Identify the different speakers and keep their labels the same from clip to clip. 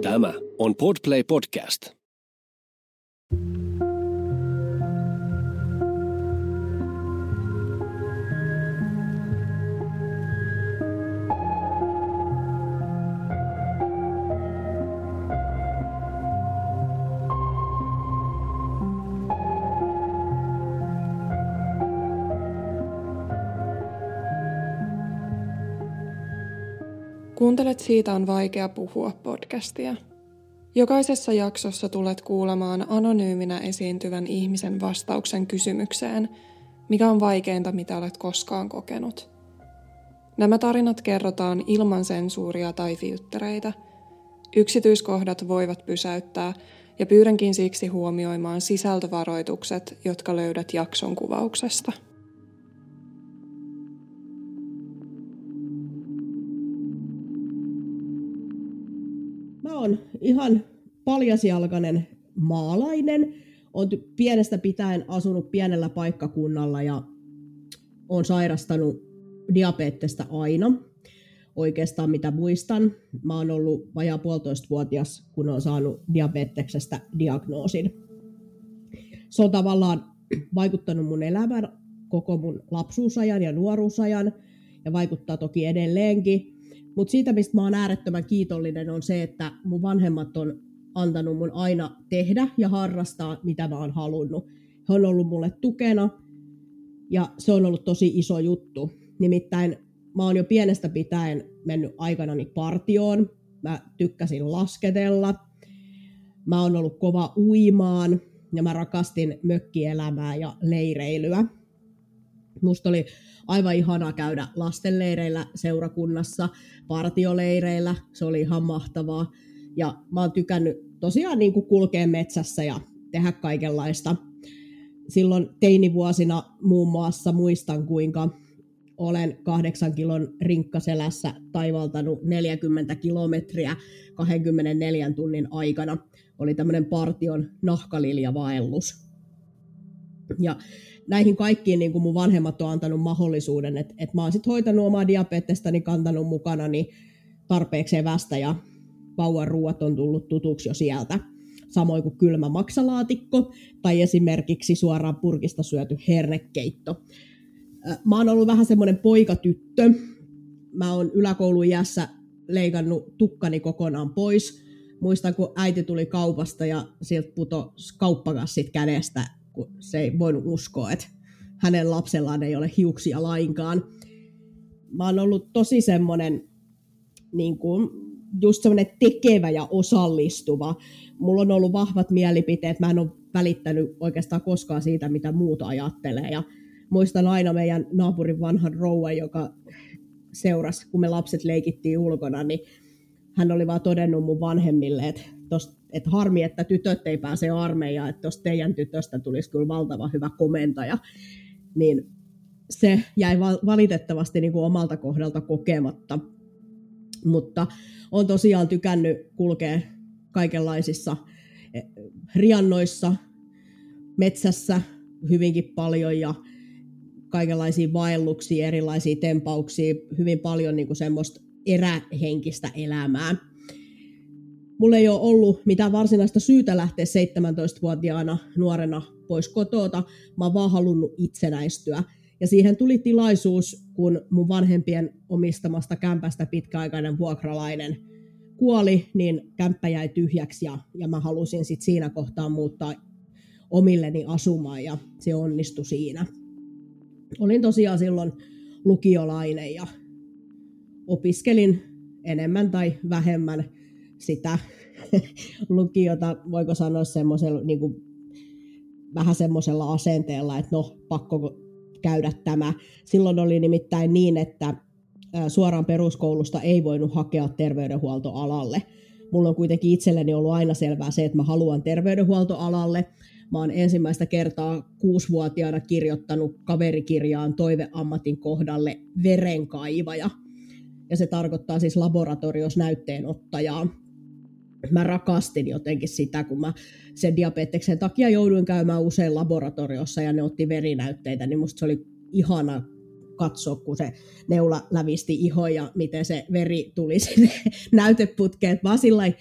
Speaker 1: Tämä on Podplay Podcast.
Speaker 2: Kuuntelet Siitä on vaikea puhua -podcastia. Jokaisessa jaksossa tulet kuulemaan anonyyminä esiintyvän ihmisen vastauksen kysymykseen, mikä on vaikeinta, mitä olet koskaan kokenut. Nämä tarinat kerrotaan ilman sensuuria tai filttereitä. Yksityiskohdat voivat pysäyttää ja pyydänkin siksi huomioimaan sisältövaroitukset, jotka löydät jakson kuvauksesta.
Speaker 3: Mä oon ihan paljasjalkainen maalainen. Oon pienestä pitäen asunut pienellä paikkakunnalla ja oon sairastanut diabetesta aina. Oikeastaan mitä muistan. Mä oon ollut vajaa 1,5-vuotias, kun oon saanut diabeteksestä diagnoosin. Se on tavallaan vaikuttanut mun elämään koko mun lapsuusajan ja nuoruusajan ja vaikuttaa toki edelleenkin. Mutta siitä, mistä mä oon äärettömän kiitollinen, on se, että mun vanhemmat on antanut mun aina tehdä ja harrastaa, mitä mä oon halunnut. He on ollut mulle tukena ja se on ollut tosi iso juttu. Nimittäin mä oon jo pienestä pitäen mennyt aikanani partioon. Mä tykkäsin lasketella. Mä oon ollut kova uimaan ja mä rakastin mökkielämää ja leireilyä. Musta oli aivan ihanaa käydä lastenleireillä seurakunnassa, partioleireillä. Se oli ihan mahtavaa. Ja mä oon tykännyt tosiaan niin kuin kulkea metsässä ja tehdä kaikenlaista. Silloin teinivuosina muun muassa muistan, kuinka olen 8 kilon rinkkaselässä taivaltanut 40 kilometriä 24 tunnin aikana. Oli tämmöinen partion nahkaliljavaellus. Ja näihin kaikkiin niin kuin mun vanhemmat on antanut mahdollisuuden, että mä oon sit hoitanut omaa diabetestani, kantanut mukanani tarpeeksi evästä ja vauvan ruuat on tullut tutuksi jo sieltä. Samoin kuin kylmä maksalaatikko tai esimerkiksi suoraan purkista syöty hernekeitto. Mä oon ollut vähän semmoinen poikatyttö. Mä oon yläkouluiässä leikannut tukkani kokonaan pois. Muistan, kun äiti tuli kaupasta ja sieltä putosi kauppakassit kädestä, kun se ei voinut uskoa, että hänen lapsellaan ei ole hiuksia lainkaan. Mä oon ollut tosi semmoinen niin kuin, just semmoinen tekevä ja osallistuva. Mulla on ollut vahvat mielipiteet, mä en ole välittänyt oikeastaan koskaan siitä, mitä muut ajattelee. Ja muistan aina meidän naapurin vanhan rouvan, joka seurasi, kun me lapset leikittiin ulkona, niin hän oli vaan todennut mun vanhemmille, että harmi, että tytöt ei pääse armeijaan, että tuosta teidän tytöstä tulisi kyllä valtavan hyvä komentaja. Niin se jäi valitettavasti niin kuin omalta kohdalta kokematta. Mutta olen tosiaan tykännyt kulkea kaikenlaisissa riannoissa, metsässä hyvinkin paljon ja kaikenlaisia vaelluksia, erilaisia tempauksia, hyvin paljon niin kuin semmoista erähenkistä elämää. Mulla ei ole ollut mitään varsinaista syytä lähteä 17-vuotiaana nuorena pois kotota. Mä oon vaan halunnut itsenäistyä. Ja siihen tuli tilaisuus, kun mun vanhempien omistamasta kämpästä pitkäaikainen vuokralainen kuoli, niin kämppä jäi tyhjäksi ja mä halusin sit siinä kohtaa muuttaa omilleni asumaan ja se onnistui siinä. Olin tosiaan silloin lukiolainen ja opiskelin enemmän tai vähemmän sitä lukiota, voiko sanoa semmoisella niin kuin vähän semmoisella asenteella, että no pakko käydä tämä. Silloin oli nimittäin niin, että suoraan peruskoulusta ei voinut hakea terveydenhuoltoalalle. Mulla on kuitenkin itselleni ollut aina selvää se, että mä haluan terveydenhuoltoalalle. Mä oon ensimmäistä kertaa 6-vuotiaana kirjoittanut kaverikirjaan toiveammatin kohdalle verenkaivaja. Ja se tarkoittaa siis laboratoriossa näytteenottajaa. Mä rakastin jotenkin sitä, kun mä sen diabeteksen takia jouduin käymään usein laboratoriossa ja ne otti verinäytteitä, niin musta se oli ihana katsoa, kun se neula lävisti ihon ja miten se veri tuli sinne näyteputkeen. Mä oon sillain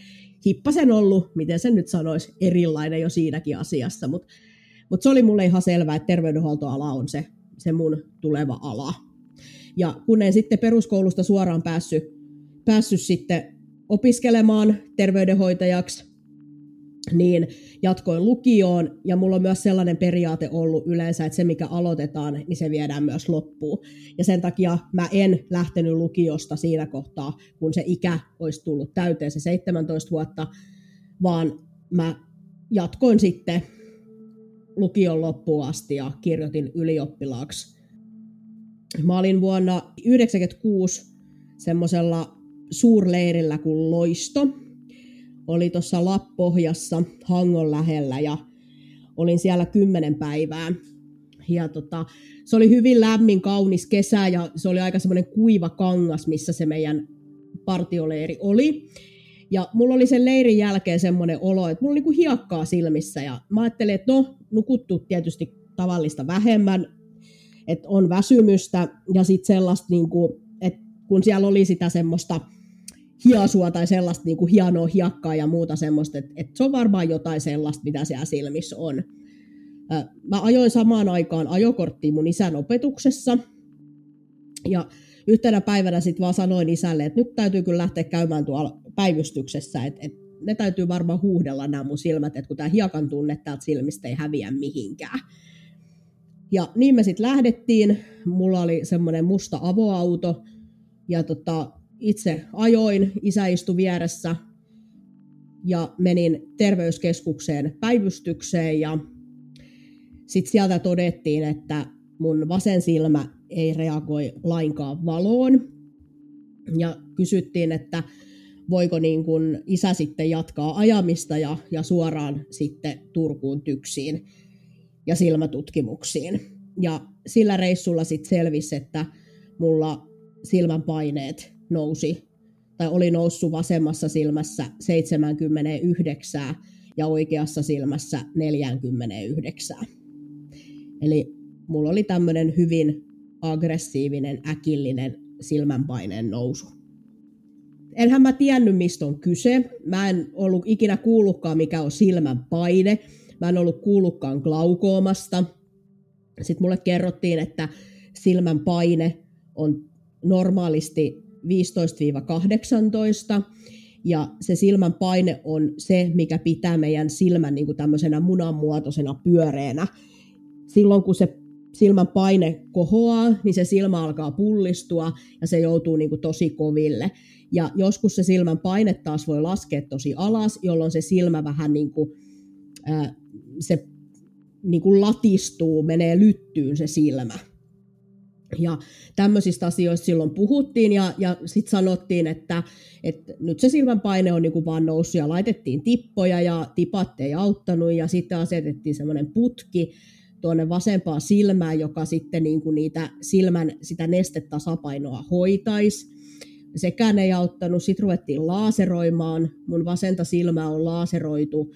Speaker 3: hippasen ollut, miten sen nyt sanoisi, erilainen jo siinäkin asiassa, mutta se oli mulle ihan selvää, että terveydenhuoltoala on se mun tuleva ala. Ja kun en sitten peruskoulusta suoraan päässyt sitten opiskelemaan terveydenhoitajaksi, niin jatkoin lukioon, ja mulla on myös sellainen periaate ollut yleensä, että se mikä aloitetaan, niin se viedään myös loppuun. Ja sen takia mä en lähtenyt lukiosta siinä kohtaa, kun se ikä olisi tullut täyteen, se 17 vuotta, vaan mä jatkoin sitten lukion loppuun asti ja kirjoitin ylioppilaaksi. Mä olin vuonna 1996 semmoisella suurleirillä kuin Loisto. Oli tuossa Lappohjassa Hangon lähellä ja olin siellä 10 päivää. Ja se oli hyvin lämmin, kaunis kesä ja se oli aika semmoinen kuiva kangas, missä se meidän partioleiri oli. Ja mulla oli sen leirin jälkeen semmoinen olo, että mulla oli niinku hiekkaa silmissä ja mä ajattelin, että nukuttu tietysti tavallista vähemmän, että on väsymystä ja sitten sellaista, niinku, että kun siellä oli sitä semmoista hiasua tai sellaista niinku hienoa hiekkaa ja muuta semmoista, että se on varmaan jotain sellaista, mitä siellä silmissä on. Mä ajoin samaan aikaan ajokorttia mun isän opetuksessa ja yhtenä päivänä sitten vaan sanoin isälle, että nyt täytyy kyllä lähteä käymään tuolla päivystyksessä, että ne täytyy varmaan huuhdella nämä mun silmät, että kun tämä hiekan tunne täältä silmistä ei häviä mihinkään. Ja niin me sitten lähdettiin, mulla oli semmoinen musta avoauto ja itse ajoin, isä istui vieressä ja menin terveyskeskukseen päivystykseen ja sitten sieltä todettiin, että mun vasen silmä ei reagoi lainkaan valoon ja kysyttiin, että voiko niin kun isä sitten jatkaa ajamista ja suoraan sitten Turkuun TYKSiin ja silmätutkimuksiin. Ja sillä reissulla sitten selvisi, että mulla silmänpaineet oli noussut vasemmassa silmässä 79 ja oikeassa silmässä 49. Eli mulla oli tämmöinen hyvin aggressiivinen, äkillinen silmänpaineen nousu. Enhän mä tiennyt, mistä on kyse. Mä en ollut ikinä kuullutkaan, mikä on silmänpaine. Mä en ollut kuullutkaan glaukoomasta. Sitten mulle kerrottiin, että silmänpaine on normaalisti 15-18. Ja se silmänpaine on se, mikä pitää meidän silmän niin kuin tämmöisenä munanmuotoisena pyöreänä. Silloin kun se silmän paine kohoaa, niin se silmä alkaa pullistua ja se joutuu niin kuin tosi koville. Ja joskus se silmän paine taas voi laskea tosi alas, jolloin se silmä vähän niin kuin, se niin kuin latistuu, menee lyttyyn se silmä. Ja tämmöisistä asioista silloin puhuttiin ja sitten sanottiin, että nyt se silmän paine on niin kuin vaan noussut ja laitettiin tippoja ja tipat ei auttanut ja sitten asetettiin semmoinen putki tuonne vasempaan silmään, joka sitten niin kuin niitä silmän sitä nestetasapainoa hoitaisi. Sekään ei auttanut. Sitten ruvettiin laaseroimaan. Mun vasenta silmää on laaseroitu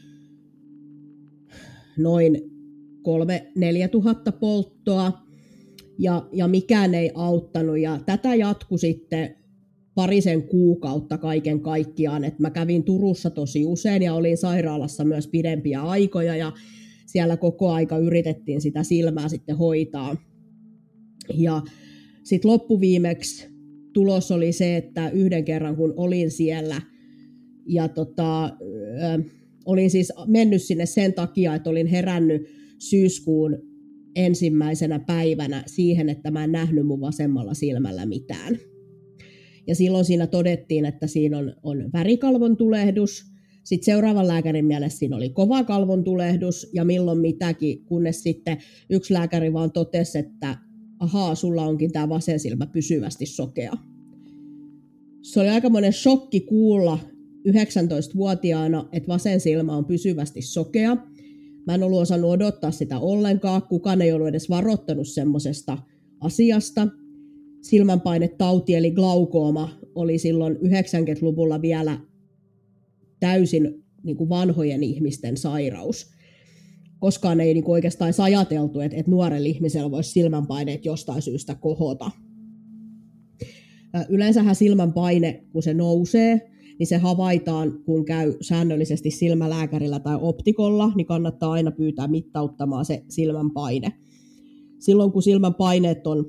Speaker 3: noin 3-4 tuhatta polttoa ja mikään ei auttanut. Ja tätä jatkui sitten parisen kuukautta kaiken kaikkiaan. Et mä kävin Turussa tosi usein ja olin sairaalassa myös pidempiä aikoja ja siellä koko aika yritettiin sitä silmää sitten hoitaa. Ja sitten loppuviimeksi tulos oli se, että yhden kerran kun olin siellä ja olin siis mennyt sinne sen takia, että olin herännyt syyskuun 1. päivänä siihen, että mä en nähnyt mun vasemmalla silmällä mitään. Ja silloin siinä todettiin, että siinä on värikalvon tulehdus. Sitten seuraavan lääkärin mielestä siinä oli kova kalvon tulehdus ja milloin mitäkin, kunnes sitten yksi lääkäri vaan totesi, että ahaa, sulla onkin tämä vasen silmä pysyvästi sokea. Se oli aikamoinen shokki kuulla 19-vuotiaana, että vasen silmä on pysyvästi sokea. Mä en ollut osannut odottaa sitä ollenkaan, kukaan ei ollut edes varoittanut semmoisesta asiasta. Silmänpainetauti eli glaukooma oli silloin 90-luvulla vielä täysin niin kuin vanhojen ihmisten sairaus. Koskaan ei niin kuin oikeastaan ajateltu, että nuorella ihmisellä voisi silmänpaineet jostain syystä kohota. Yleensähän silmänpaine, kun se nousee, niin se havaitaan, kun käy säännöllisesti silmälääkärillä tai optikolla, niin kannattaa aina pyytää mittauttamaan se silmän paine. Silloin kun silmän paineet on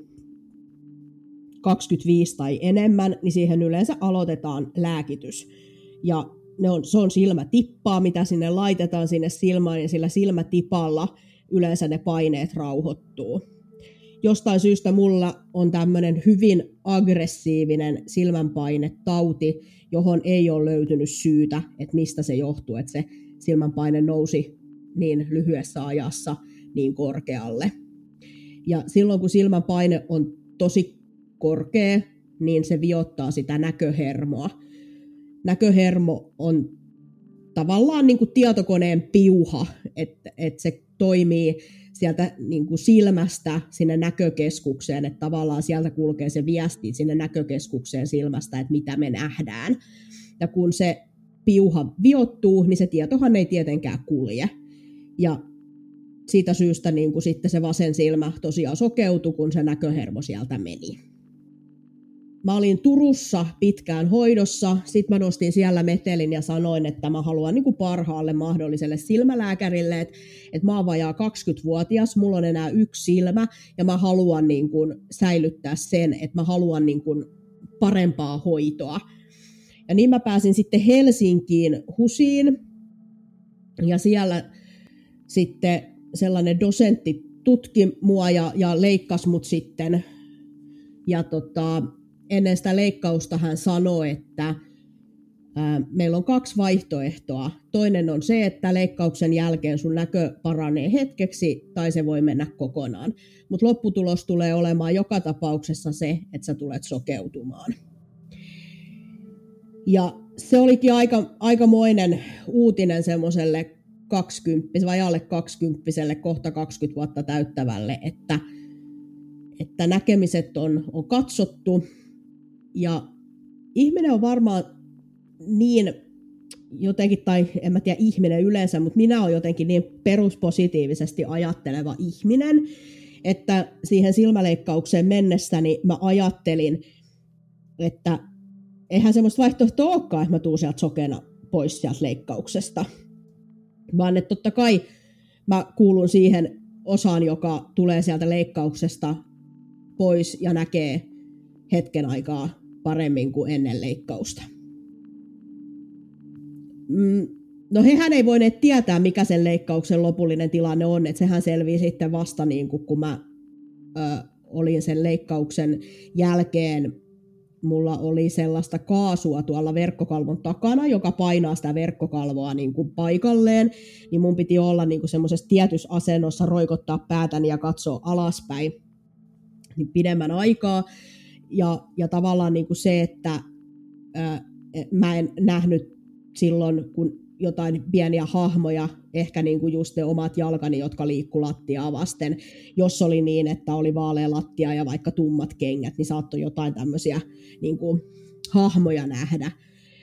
Speaker 3: 25 tai enemmän, niin siihen yleensä aloitetaan lääkitys. Ja se on silmätippaa, mitä sinne laitetaan sinne silmään, ja sillä silmätipalla yleensä ne paineet rauhoittuu. Jostain syystä mulla on tämmöinen hyvin aggressiivinen silmänpainetauti, johon ei ole löytynyt syytä, että mistä se johtuu, että se silmänpaine nousi niin lyhyessä ajassa niin korkealle. Ja silloin kun silmänpaine on tosi korkea, niin se viottaa sitä näköhermoa. Näköhermo on tavallaan niin kuin tietokoneen piuha, että se toimii sieltä niin kuin silmästä sinne näkökeskukseen, että tavallaan sieltä kulkee se viesti sinne näkökeskukseen silmästä, että mitä me nähdään. Ja kun se piuha viottuu, niin se tietohan ei tietenkään kulje. Ja siitä syystä niin kuin sitten se vasen silmä tosiaan sokeutui, kun se näköhermo sieltä meni. Mä olin Turussa pitkään hoidossa, sitten mä nostin siellä metelin ja sanoin, että mä haluan niin kuin parhaalle mahdolliselle silmälääkärille, että mä oon vajaa 20-vuotias, mulla on enää yksi silmä ja mä haluan niin kuin säilyttää sen, että mä haluan niin kuin parempaa hoitoa. Ja niin mä pääsin sitten Helsinkiin HUSiin ja siellä sitten sellainen dosentti tutki mua ja leikkasi mut sitten ja ennen sitä leikkausta hän sanoi, että meillä on 2 vaihtoehtoa. Toinen on se, että leikkauksen jälkeen sun näkö paranee hetkeksi tai se voi mennä kokonaan. Mutta lopputulos tulee olemaan joka tapauksessa se, että sä tulet sokeutumaan. Ja se olikin aikamoinen uutinen semmoiselle 20, vai alle 20, kohta 20 vuotta täyttävälle, että näkemiset on katsottu. Ja ihminen on varmaan niin jotenkin, tai en mä tiedä ihminen yleensä, mutta minä olen jotenkin niin peruspositiivisesti ajatteleva ihminen, että siihen silmäleikkaukseen mennessäni mä ajattelin, että eihän semmoista vaihtoehtoa olekaan, että mä tuun sieltä sokena pois sieltä leikkauksesta. Vaan että totta kai mä kuulun siihen osaan, joka tulee sieltä leikkauksesta pois ja näkee hetken aikaa paremmin kuin ennen leikkausta. No hehän ei voineet tietää, mikä sen leikkauksen lopullinen tilanne on, että sehän selvii sitten vasta niin kun mä olin sen leikkauksen jälkeen. Mulla oli sellaista kaasua tuolla verkkokalvon takana, joka painaa sitä verkkokalvoa niin kuin paikalleen, niin mun piti olla niin kuin semmoisessa tietyssä asennossa, roikottaa päätäni ja katsoa alaspäin niin pidemmän aikaa. Ja tavallaan niin kuin se, että mä en nähnyt silloin, kun jotain pieniä hahmoja, ehkä niin kuin just ne omat jalkani, jotka liikkui lattiaa vasten. Jos oli niin, että oli vaalea lattia ja vaikka tummat kengät, niin saattoi jotain tämmöisiä niin kuin hahmoja nähdä.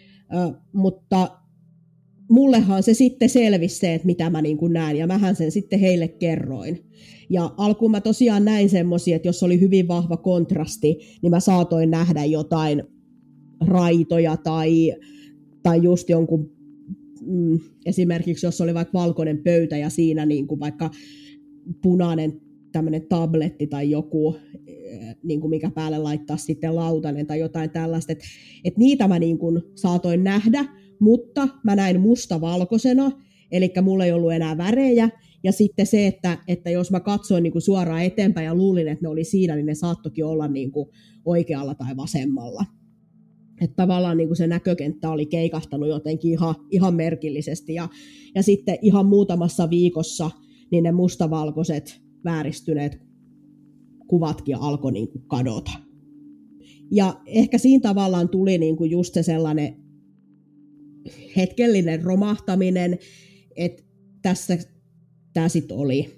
Speaker 3: Mutta mullehan se sitten selvisi se, että mitä mä niin kuin näen, ja mähän sen sitten heille kerroin. Ja alkuun mä tosiaan näin semmosia, että jos oli hyvin vahva kontrasti, niin mä saatoin nähdä jotain raitoja tai just jonkun, esimerkiksi jos oli vaikka valkoinen pöytä ja siinä niin kuin vaikka punainen tämmöinen tabletti tai joku, niin kuin mikä päälle laittaa sitten lautanen tai jotain tällaista, että niitä mä niin kuin saatoin nähdä, mutta mä näin mustavalkoisena, eli mulla ei ollut enää värejä, ja sitten se, että jos mä katsoin niin kuin suoraan eteenpäin ja luulin, että ne oli siinä, niin ne saattokin olla niin kuin oikealla tai vasemmalla. Että tavallaan niin kuin se näkökenttä oli keikahtanut jotenkin ihan merkillisesti, ja sitten ihan muutamassa viikossa niin ne mustavalkoiset vääristyneet kuvatkin alkoi niin kuin kadota. Ja ehkä siinä tavallaan tuli niin kuin just se sellainen hetkellinen romahtaminen, että tässä tämä sitten oli.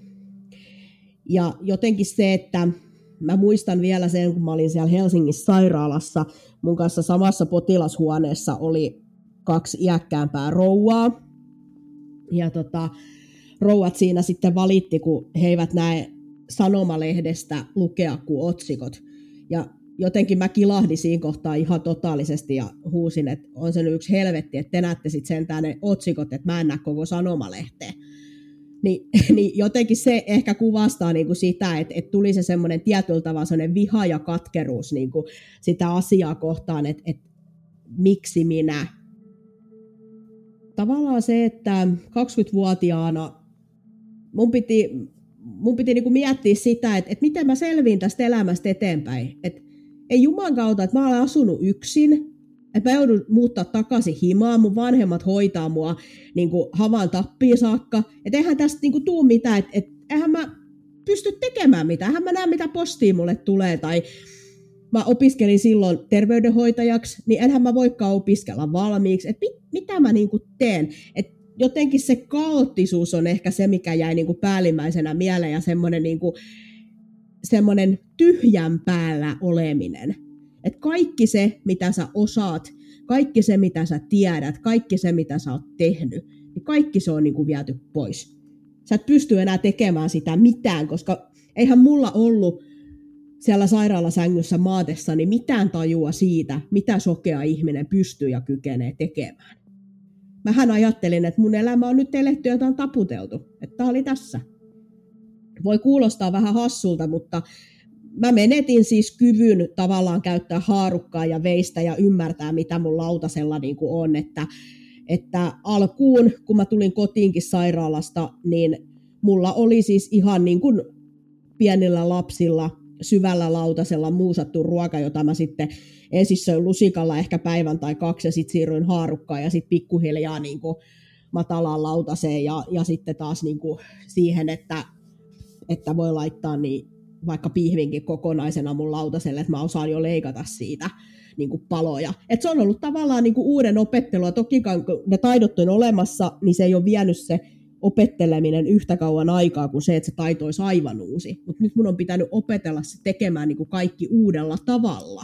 Speaker 3: Ja jotenkin se, että mä muistan vielä sen, kun mä olin siellä Helsingissä sairaalassa, mun kanssa samassa potilashuoneessa oli 2 iäkkäämpää rouvaa. Ja rouvat siinä sitten valitti, kun he eivät näe sanomalehdestä lukea kuin otsikot. Ja jotenkin mä kilahdin siinä kohtaa ihan totaalisesti ja huusin, että on se nyt yksi helvetti, että te näette sitten sentään ne otsikot, että mä en näe koko sanomalehteä. Niin jotenkin se ehkä kuvastaa niinku sitä, että tuli se semmoinen tietyllä tavalla semmoinen viha ja katkeruus niinku sitä asiaa kohtaan, että miksi minä. Tavallaan se, että 20-vuotiaana mun piti niinku miettiä sitä, että miten mä selviin tästä elämästä eteenpäin. Et ei Jumalan kautta, että mä olen asunut yksin, että mä joudun muuttaa takaisin himaan, mun vanhemmat hoitaa mua niinku havan tappiin saakka. Että eihän tästä niinku tuu mitään, että eihän mä pysty tekemään mitään, eihän mä näe mitä postia mulle tulee. Tai mä opiskelin silloin terveydenhoitajaksi, niin enhän mä voikaan opiskella valmiiksi. Että mitä mä niinku teen? Et jotenkin se kaoottisuus on ehkä se, mikä jäi niinku päällimmäisenä mieleen ja semmoinen tyhjän päällä oleminen. Et kaikki se, mitä sä osaat, kaikki se, mitä sä tiedät, kaikki se, mitä sä oot tehnyt, niin kaikki se on niinku viety pois. Sä et pysty enää tekemään sitä mitään, koska eihän mulla ollut siellä sairaalasängyssä maatessani mitään tajua siitä, mitä sokea ihminen pystyy ja kykenee tekemään. Mähän ajattelin, että mun elämä on nyt eletty, jota on taputeltu. Että tää oli tässä. Voi kuulostaa vähän hassulta, mutta mä menetin siis kyvyn tavallaan käyttää haarukkaa ja veistä ja ymmärtää, mitä mun lautasella niin kuin on. Että alkuun, kun mä tulin kotiinkin sairaalasta, niin mulla oli siis ihan niin kuin pienillä lapsilla syvällä lautasella muusattu ruoka, jota mä sitten ensin söin lusikalla ehkä päivän tai 2 ja sitten siirryin haarukkaan ja sitten pikkuhiljaa niin kuin matalaan lautaseen ja sitten taas niin kuin siihen, että voi laittaa niin vaikka pihvinkin kokonaisena mun lautaselle, että mä osaan jo leikata siitä niin kuin paloja. Et se on ollut tavallaan niin kuin uuden opettelua. Toki kun ne taidot on olemassa, niin se ei ole vienyt se opetteleminen yhtä kauan aikaa kuin se, että se taito olisi aivan uusi. Mutta nyt mun on pitänyt opetella se tekemään niin kuin kaikki uudella tavalla.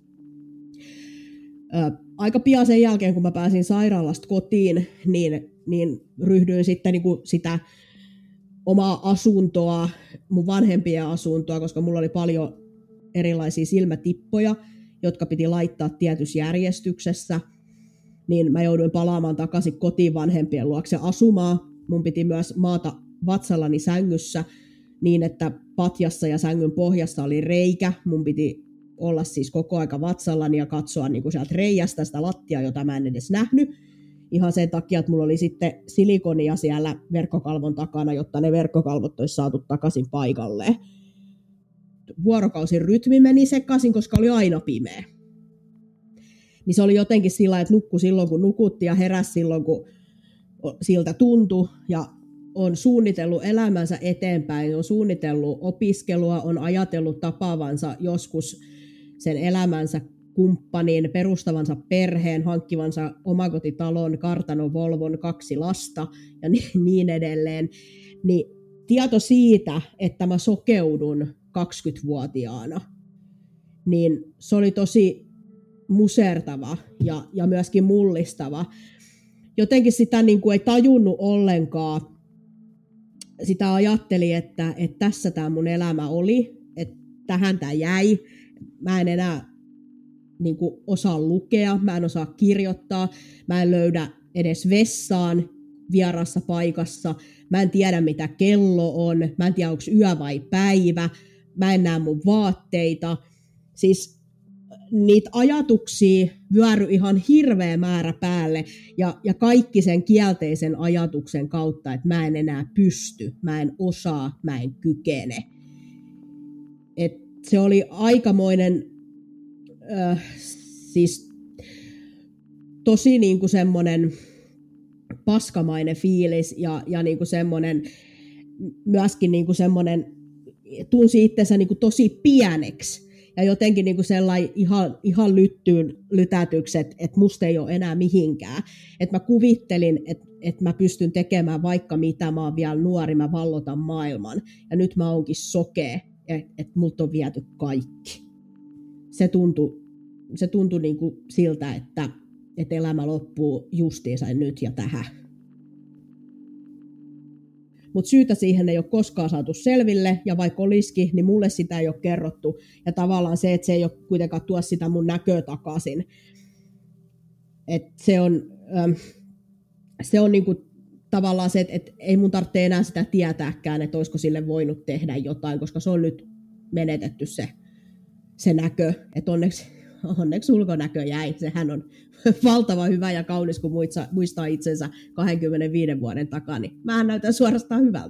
Speaker 3: Aika pian sen jälkeen, kun mä pääsin sairaalasta kotiin, niin ryhdyin sitten niin kuin sitä omaa asuntoa, mun vanhempien asuntoa, koska mulla oli paljon erilaisia silmätippoja, jotka piti laittaa tietyssä järjestyksessä, niin mä jouduin palaamaan takaisin kotiin vanhempien luokse asumaan. Mun piti myös maata vatsallani sängyssä niin, että patjassa ja sängyn pohjassa oli reikä. Mun piti olla siis koko aika vatsallani ja katsoa niin kuin sieltä reiästä sitä lattiaa, jota mä en edes nähnyt. Ihan sen takia, että mulla oli sitten silikonia siellä verkkokalvon takana, jotta ne verkkokalvot olisi saatu takaisin paikalleen. Vuorokausin rytmi meni sekaisin, koska oli aina pimeä. Niin se oli jotenkin sillä, että nukkui silloin, kun nukutti ja heräsi silloin, kun siltä tuntui. Ja on suunnitellut elämänsä eteenpäin, on suunnitellut opiskelua, on ajatellut tapaavansa joskus sen elämänsä kumppanin, perustavansa perheen, hankkivansa omakotitalon, kartanon, Volvon, 2 lasta ja niin edelleen. Niin tieto siitä, että mä sokeudun 20-vuotiaana, niin se oli tosi musertava ja myöskin mullistava. Jotenkin sitä niin kuin ei tajunnut ollenkaan. Sitä ajatteli, että tässä tämä mun elämä oli, että tähän tämä jäi. Mä en enää niin kuin osaa lukea, mä en osaa kirjoittaa, mä en löydä edes vessaan vieraassa paikassa, mä en tiedä mitä kello on, mä en tiedä onko yö vai päivä, mä en näe mun vaatteita. Siis niitä ajatuksia vyöry ihan hirveä määrä päälle ja kaikki sen kielteisen ajatuksen kautta, että mä en enää pysty, mä en osaa, mä en kykene. Et se oli aikamoinen siis tosi niinku semmoinen paskamainen fiilis ja niinku semmoinen myöskin niinku semmoinen tunsi itsensä niinku tosi pieneksi ja jotenkin niinku sellainen ihan lytätyksi, että musta ei ole enää mihinkään. Että mä kuvittelin, että mä pystyn tekemään vaikka mitä, mä oon vielä nuori, mä vallotan maailman ja nyt mä oonkin sokea, että multa on viety kaikki. Se tuntui niin kuin siltä, että elämä loppuu justiinsa nyt ja tähän. mutta syytä siihen ei ole koskaan saatu selville, ja vaikka olisikin, niin mulle sitä ei ole kerrottu, ja tavallaan se, että se ei ole kuitenkaan tuo sitä mun näköä takaisin. Että se on niinku tavallaan se, että ei mun tarvitse enää sitä tietääkään, että olisiko sille voinut tehdä jotain, koska se on nyt menetetty se näkö, että onneksi ulkonäkö jäi. Sehän on valtava hyvä ja kaunis, kun muistaa itsensä 25 vuoden takaa, niin mähän näytän suorastaan hyvältä.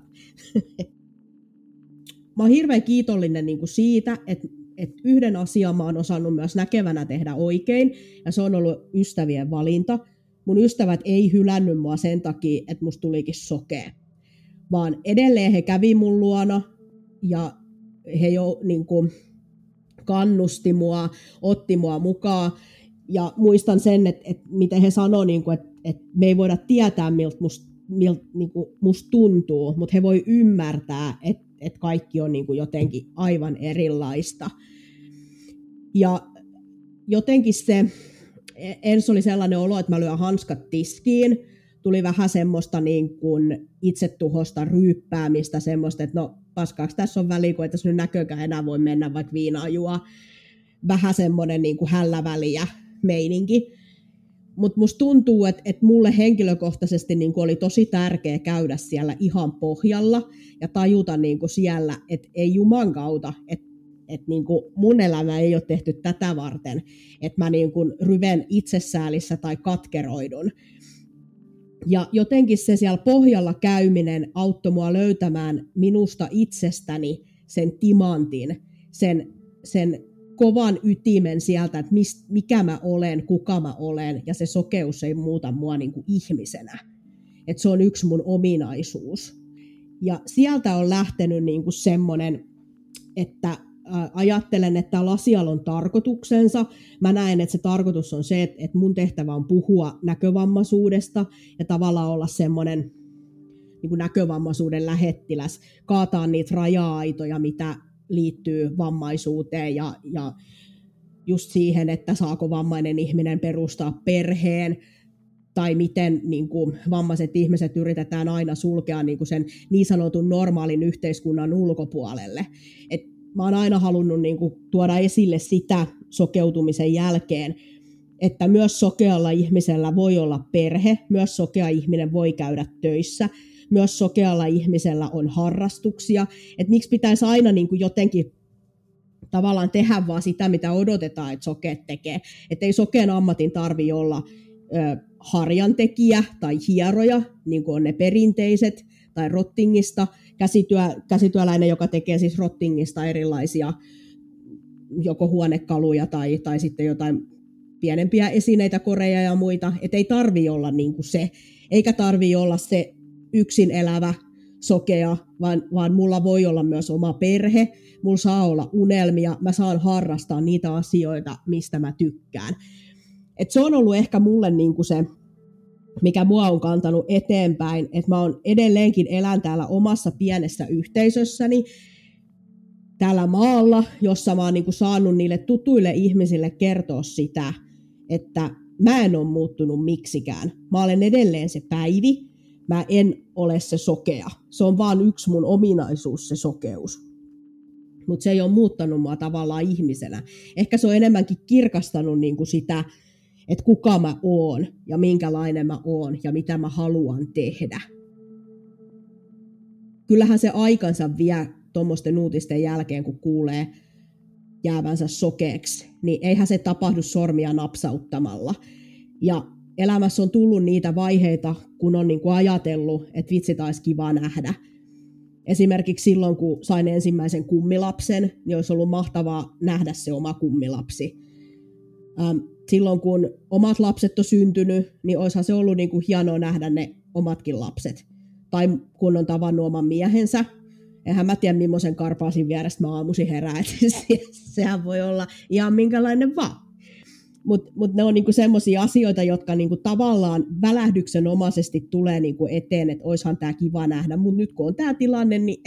Speaker 3: Mä oon hirveän kiitollinen niin kuin siitä, että yhden asian mä oon osannut myös näkevänä tehdä oikein, ja se on ollut ystävien valinta. Mun ystävät ei hylännyt mua sen takia, että musta tulikin sokea, vaan edelleen he kävi mun luona, ja he jo niin kuin kannusti mua, otti mua mukaan, ja muistan sen, että miten he sanoi, niin kuin, että me ei voida tietää, miltä musta tuntuu, mutta he voi ymmärtää, että kaikki on niin kuin jotenkin aivan erilaista. Ja jotenkin se, ensin oli sellainen olo, että mä lyön hanskat tiskiin, tuli vähän semmoista niin kuin itsetuhosta ryyppäämistä, semmoista, että no paskaaks tässä on väliä, kun ei tässä nyt näkökään enää voi mennä vaikka viinaa juo. Vähän semmoinen niin kuin hälläväliä meininki. Mutta musta tuntuu, että mulle henkilökohtaisesti niin kuin oli tosi tärkeä käydä siellä ihan pohjalla ja tajuta niin kuin siellä, että ei juman kautta, että niin kuin mun elämä ei ole tehty tätä varten, että mä niin kuin ryven itsesäälissä tai katkeroidun. Ja jotenkin se siellä pohjalla käyminen auttoi mua löytämään minusta itsestäni sen timantin, sen kovan ytimen sieltä, että mikä mä olen, kuka mä olen, ja se sokeus ei muuta mua niin kuin ihmisenä. Että se on yksi mun ominaisuus. Ja sieltä on lähtenyt niin kuin semmoinen, että ajattelen, että tällä asialla on tarkoituksensa. Mä näen, että se tarkoitus on se, että mun tehtävä on puhua näkövammaisuudesta ja tavallaan olla semmoinen niin kuin näkövammaisuuden lähettiläs, kaataa niitä raja-aitoja, mitä liittyy vammaisuuteen ja just siihen, että saako vammainen ihminen perustaa perheen, tai miten niin kuin vammaiset ihmiset yritetään aina sulkea niin kuin sen niin sanotun normaalin yhteiskunnan ulkopuolelle. Et mä oon aina halunnut niin kuin tuoda esille sitä sokeutumisen jälkeen, että myös sokealla ihmisellä voi olla perhe, myös sokea ihminen voi käydä töissä, myös sokealla ihmisellä on harrastuksia, että miksi pitäisi aina niin kuin jotenkin tavallaan tehdä vaan sitä, mitä odotetaan, että sokeat tekee. Että ei sokean ammatin tarvitse olla harjantekijä tai hieroja, niin kuin on ne perinteiset, tai rottingista, käsityöläinen, joka tekee siis rottingista erilaisia joko huonekaluja tai sitten jotain pienempiä esineitä, koreja ja muita, että ei tarvitse olla niin kuin se, eikä tarvitse olla se yksin elävä sokea, vaan mulla voi olla myös oma perhe, mulla saa olla unelmia, mä saan harrastaa niitä asioita, mistä mä tykkään. Et se on ollut ehkä mulle niinku se, mikä mua on kantanut eteenpäin, että mä oon edelleenkin elän täällä omassa pienessä yhteisössäni, täällä maalla, jossa mä oon niinku saanut niille tutuille ihmisille kertoa sitä, että mä en ole muuttunut miksikään. Mä olen edelleen se Päivi, mä en ole se sokea. Se on vaan yksi mun ominaisuus, se sokeus. Mutta se ei ole muuttanut mua tavallaan ihmisenä. Ehkä se on enemmänkin kirkastanut niinku sitä, että kuka mä oon ja minkälainen mä oon ja mitä mä haluan tehdä. Kyllähän se aikansa vie tuommoisten uutisten jälkeen, kun kuulee jäävänsä sokeeksi, niin eihän se tapahdu sormia napsauttamalla. Ja elämässä on tullut niitä vaiheita, kun on niin kuin ajatellut, että vitsi taisi kiva nähdä. Esimerkiksi silloin, kun sain ensimmäisen kummilapsen, niin olisi ollut mahtavaa nähdä se oma kummilapsi. Silloin, kun omat lapset on syntynyt, niin olisihan se ollut niin kuin hienoa nähdä ne omatkin lapset. Tai kun on tavannut oman miehensä. Eihän mä tiedä, millaisen karpaasin vierestä mä aamuisin herään. Sehän voi olla ihan minkälainen vaan. Mut ne on niinku semmoisia asioita, jotka niinku tavallaan välähdyksenomaisesti tulee niinku eteen, että oishan tää kiva nähdä. Mutta nyt kun on tää tilanne, niin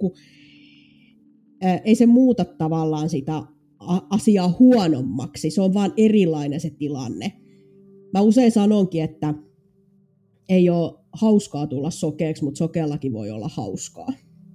Speaker 3: ei se muuta tavallaan sitä asiaa huonommaksi. Se on vaan erilainen se tilanne. Mä usein sanonkin, että ei ole hauskaa tulla sokeaksi, mutta sokeallakin voi olla hauskaa.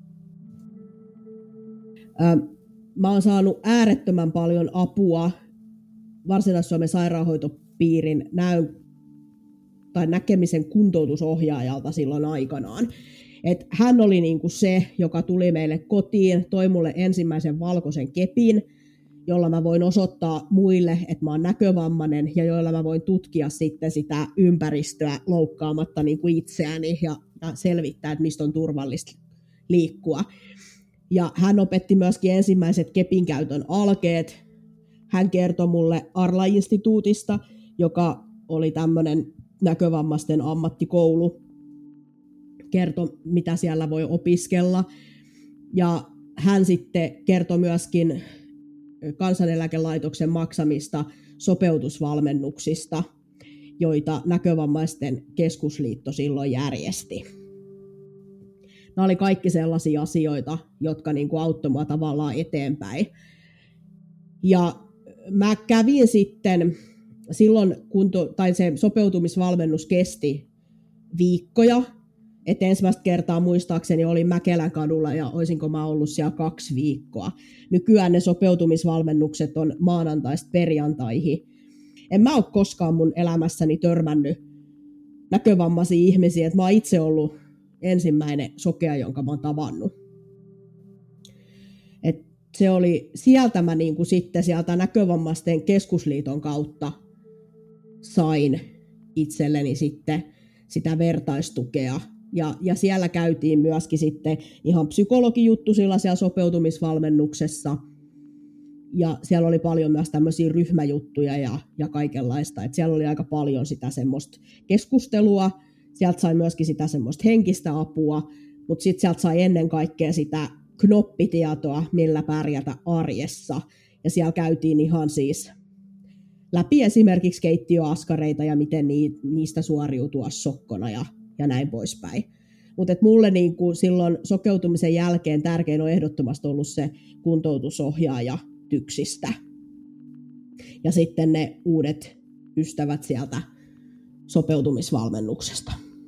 Speaker 3: Mä oon saanut äärettömän paljon apua Varsinais-Suomen sairaanhoitopiirin näkemisen kuntoutusohjaajalta silloin aikanaan. Et hän oli niinku se, joka tuli meille kotiin, toi mulle ensimmäisen valkoisen kepin, jolla mä voin osoittaa muille, että mä oon näkövammainen ja joilla mä voin tutkia sitten sitä ympäristöä loukkaamatta niinku itseäni ja selvittää, että mistä on turvallista liikkua. Ja hän opetti myöskin ensimmäiset kepin käytön alkeet. Hän kertoi mulle Arla-instituutista, joka oli tämmöinen näkövammaisten ammattikoulu. Kertoi, mitä siellä voi opiskella. Ja hän sitten kertoi myöskin Kansaneläkelaitoksen maksamista sopeutusvalmennuksista, joita Näkövammaisten keskusliitto silloin järjesti. Nämä oli kaikki sellaisia asioita, jotka niin kuin auttoi mua tavallaan eteenpäin. Ja mä kävin sitten silloin, kun se sopeutumisvalmennus kesti viikkoja, että ensimmäistä kertaa muistaakseni olin Mäkelän kadulla ja olisinko mä ollut siellä 2 viikkoa. Nykyään ne sopeutumisvalmennukset on maanantaista perjantaihin. En mä ole koskaan mun elämässäni törmännyt näkövammaisia ihmisiä, että mä oon itse ollut ensimmäinen sokea, jonka mä oon tavannut. Et se oli sieltä mä niinku sitten sieltä Näkövammaisten keskusliiton kautta sain itselleni sitten sitä vertaistukea. Ja siellä käytiin myöskin sitten ihan psykologijuttusilla siellä sopeutumisvalmennuksessa. Ja siellä oli paljon myös tämmöisiä ryhmäjuttuja ja kaikenlaista. Et siellä oli aika paljon sitä semmoista keskustelua. Sieltä sai myöskin sitä semmoista henkistä apua, mutta sitten sieltä sai ennen kaikkea sitä knoppitietoa, millä pärjätä arjessa. Ja siellä käytiin ihan siis läpi esimerkiksi keittiöaskareita ja miten niistä suoriutua sokkona ja näin poispäin. Mutta mulle niinku silloin sokeutumisen jälkeen tärkein on ehdottomasti ollut se kuntoutusohjaaja TYKSistä. Ja sitten ne uudet ystävät sieltä sopeutumisvalmennuksesta.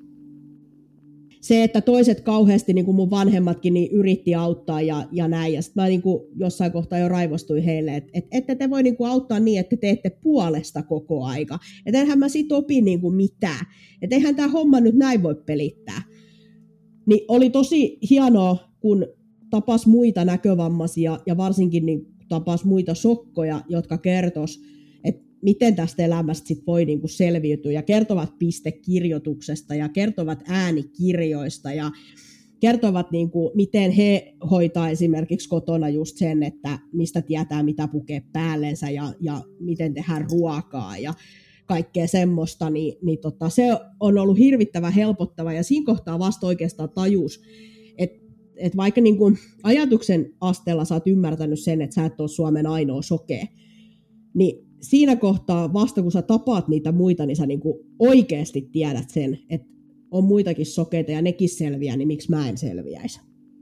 Speaker 3: Se, että toiset kauheasti, niin kuin mun vanhemmatkin, niin yritti auttaa ja näin. Ja sitten mä niin kuin jossain kohtaa jo raivostuin heille, että te voi niin kuin auttaa niin, että te teette puolesta koko aika. Että enhän mä sit opi niin kuin mitään. Että eihän tämä homma nyt näin voi pelittää. Niin oli tosi hienoa, kun tapas muita näkövammaisia ja varsinkin niin tapas muita sokkoja, jotka kertos, miten tästä elämästä sit voi niinku selviytyä ja kertovat pistekirjoituksesta ja kertovat äänikirjoista ja kertovat, niinku, miten he hoitaa esimerkiksi kotona just sen, että mistä tietää, mitä pukee päällensä ja miten tehdään ruokaa ja kaikkea semmoista, niin se on ollut hirvittävän helpottava ja siinä kohtaa vasta oikeastaan tajus, että vaikka niinku ajatuksen asteella sä oot ymmärtänyt sen, että sä et ole Suomen ainoa sokea, niin siinä kohtaa vasta kun sä tapaat niitä muita, niin sä niinku oikeasti tiedät sen, että on muitakin sokeita ja nekin selviää, niin miksi mä en selviäisi.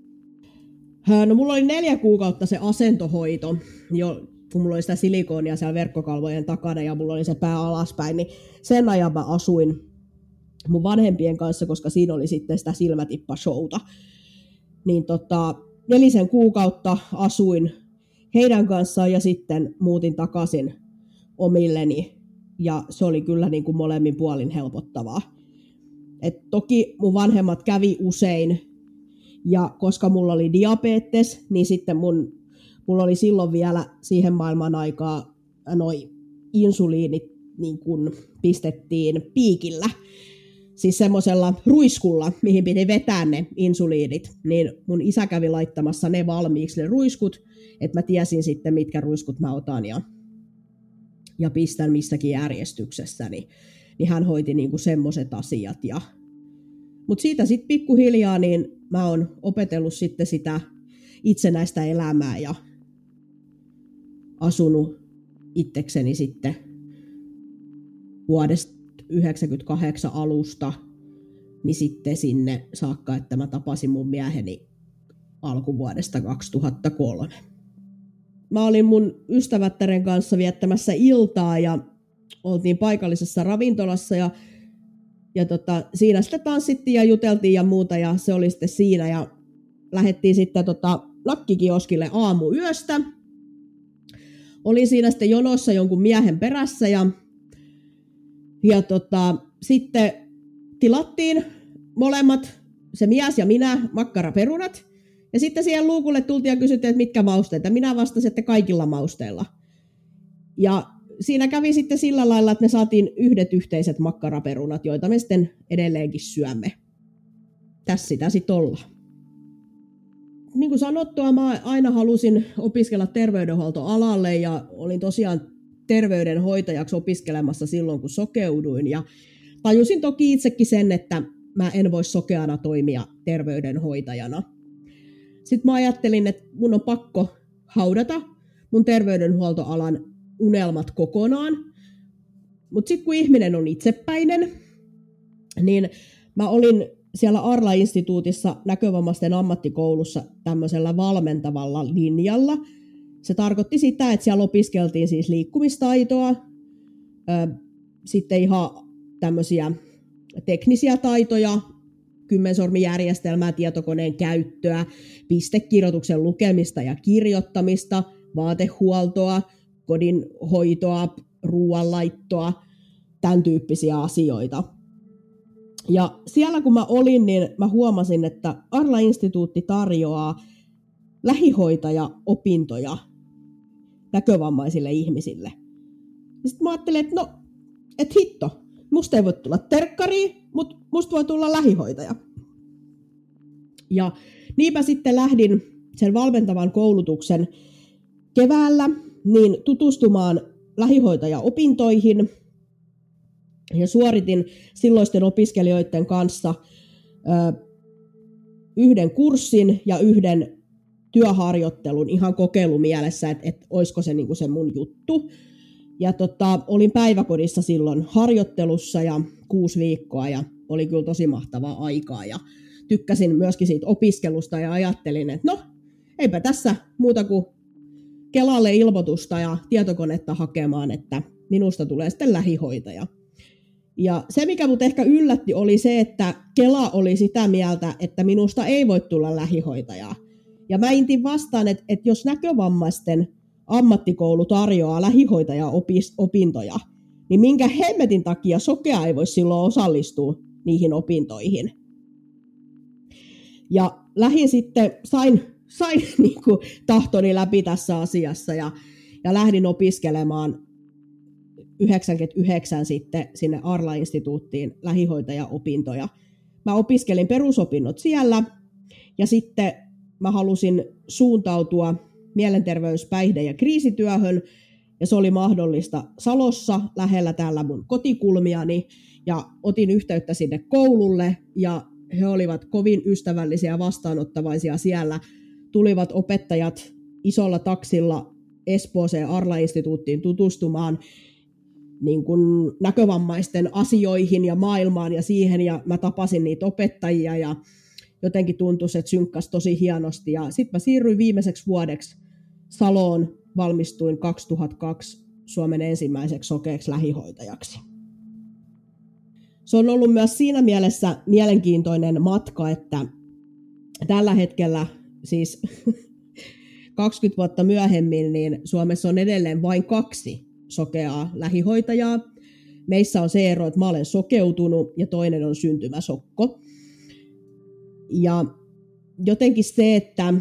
Speaker 3: No mulla oli 4 kuukautta se asentohoito, kun mulla oli sitä silikoonia siellä verkkokalvojen takana ja mulla oli se pää alaspäin, niin sen ajan mä asuin mun vanhempien kanssa, koska siinä oli sitten sitä silmätippashowta. Niin 4 kuukautta asuin heidän kanssaan ja sitten muutin takaisin omilleni ja se oli kyllä niin kuin molemmin puolin helpottavaa. Et toki mun vanhemmat kävi usein ja koska mulla oli diabetes, niin sitten mulla oli silloin vielä siihen maailman aikaa noi insuliinit niin kuin pistettiin piikillä. Siis semmoisella ruiskulla, mihin piti vetää ne insuliinit, niin mun isä kävi laittamassa ne valmiiksi ne ruiskut, että mä tiesin sitten, mitkä ruiskut mä otan ja pistän missäkin järjestyksessä, niin hän hoiti niinku semmoiset asiat. Mutta siitä sitten pikkuhiljaa niin mä oon opetellut sitten sitä itsenäistä elämää ja asunut itsekseni sitten vuodesta 1998 alusta, niin sitten sinne saakka, että mä tapasin mun mieheni alkuvuodesta 2003. Mä olin mun ystävättären kanssa viettämässä iltaa ja oltiin paikallisessa ravintolassa ja Ja siinä sitten tanssittiin ja juteltiin ja muuta ja se oli sitten siinä ja lähdettiin sitten nakkikioskille aamuyöstä. Olin siinä sitten jonossa jonkun miehen perässä ja sitten tilattiin molemmat, se mies ja minä, makkaraperunat. Ja sitten siihen luukulle tultiin ja kysyttiin, että mitkä mausteita. Minä vastasin, että kaikilla mausteilla. Ja siinä kävi sitten sillä lailla, että me saatiin yhdet yhteiset makkaraperunat, joita me sitten edelleenkin syömme. Tässä sitä sitten ollaan. Niin kuin sanottua, mä aina halusin opiskella terveydenhuoltoalalle ja olin tosiaan terveydenhoitajaksi opiskelemassa silloin, kun sokeuduin. Ja tajusin toki itsekin sen, että mä en voi sokeana toimia terveydenhoitajana. Sitten mä ajattelin, että mun on pakko haudata mun terveydenhuoltoalan unelmat kokonaan. Mutta sitten kun ihminen on itsepäinen, niin mä olin siellä Arla-instituutissa näkövammaisten ammattikoulussa tämmöisellä valmentavalla linjalla. Se tarkoitti sitä, että siellä opiskeltiin siis liikkumistaitoa, sitten ihan tämmöisiä teknisiä taitoja, kymmensormijärjestelmää, tietokoneen käyttöä, pistekirjoituksen lukemista ja kirjoittamista, vaatehuoltoa, kodin hoitoa, ruoanlaittoa, tämän tyyppisiä asioita. Ja siellä kun mä olin, niin mä huomasin, että Arla-instituutti tarjoaa lähihoitajaopintoja näkövammaisille ihmisille. Sitten mä ajattelin, että hitto, musta ei voi tulla terkkari, mutta musta voi tulla lähihoitaja. Ja niinpä sitten lähdin sen valmentavan koulutuksen keväällä niin tutustumaan lähihoitajaopintoihin ja suoritin silloisten opiskelijoiden kanssa yhden kurssin ja yhden työharjoittelun ihan kokeilumielessä, että olisiko se niinku se mun juttu. Ja olin päiväkodissa silloin harjoittelussa ja 6 viikkoa ja oli kyllä tosi mahtavaa aikaa ja tykkäsin myöskin siitä opiskelusta ja ajattelin, että eipä tässä muuta kuin Kelalle ilmoitusta ja tietokonetta hakemaan, että minusta tulee sitten lähihoitaja. Ja se, mikä mut ehkä yllätti, oli se, että Kela oli sitä mieltä, että minusta ei voi tulla lähihoitajaa. Ja mä intin vastaan, että jos näkövammaisten ammattikoulu tarjoaa lähihoitajaopintoja, niin minkä hemmetin takia sokea ei voi silloin osallistua niihin opintoihin. Ja lähdin sitten, sain niin kuin tahtoni läpi tässä asiassa ja lähdin opiskelemaan 99 sitten sinne Arla-instituuttiin lähihoitajaopintoja. Mä opiskelin perusopinnot siellä ja sitten mä halusin suuntautua mielenterveys-, päihde- ja kriisityöhön ja se oli mahdollista Salossa lähellä täällä mun kotikulmiani ja otin yhteyttä sinne koululle ja he olivat kovin ystävällisiä ja vastaanottavaisia siellä. Tulivat opettajat isolla taksilla Espooseen Arla-instituuttiin tutustumaan niin kuin näkövammaisten asioihin ja maailmaan ja siihen, ja mä tapasin niitä opettajia ja jotenkin tuntui, että synkkasi tosi hienosti. Ja sitten mä siirryin viimeiseksi vuodeksi Saloon, valmistuin 2002 Suomen ensimmäiseksi sokeaksi lähihoitajaksi. Se on ollut myös siinä mielessä mielenkiintoinen matka, että tällä hetkellä siis 20 vuotta myöhemmin, niin Suomessa on edelleen vain 2 sokeaa lähihoitajaa. Meissä on se ero, että mä olen sokeutunut ja toinen on syntymäsokko. Ja jotenkin se, että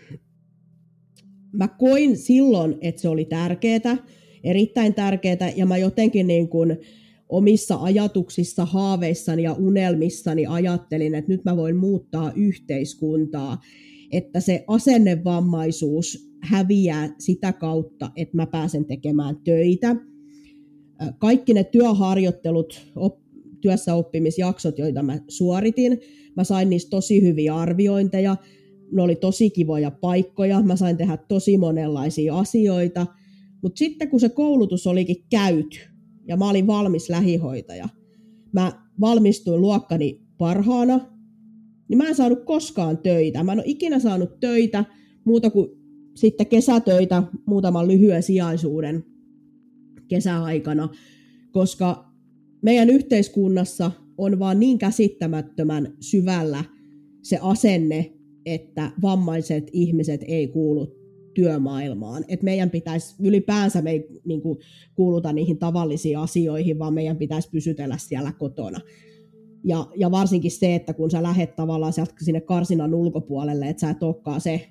Speaker 3: mä koin silloin, että se oli tärkeää, erittäin tärkeää, ja mä jotenkin niin kuin omissa ajatuksissa, haaveissani ja unelmissani ajattelin, että nyt mä voin muuttaa yhteiskuntaa, että se asennevammaisuus häviää sitä kautta, että mä pääsen tekemään töitä. Kaikki ne työharjoittelut, työssäoppimisjaksot, joita mä suoritin, mä sain niistä tosi hyviä arviointeja, ne oli tosi kivoja paikkoja, mä sain tehdä tosi monenlaisia asioita, mutta sitten kun se koulutus olikin käyty ja mä olin valmis lähihoitaja, mä valmistuin luokkani parhaana, niin mä en saanut koskaan töitä. Mä en ole ikinä saanut töitä muuta kuin sitten kesätöitä muutaman lyhyen sijaisuuden kesäaikana, koska meidän yhteiskunnassa on vaan niin käsittämättömän syvällä se asenne, että vammaiset ihmiset ei kuulu työmaailmaan. Että meidän pitäisi, ylipäänsä me ei niin kuin kuuluta niihin tavallisiin asioihin, vaan meidän pitäisi pysytellä siellä kotona. Ja varsinkin se, että kun sä lähet tavallaan sieltä sinne karsinan ulkopuolelle, että sä et olekaan se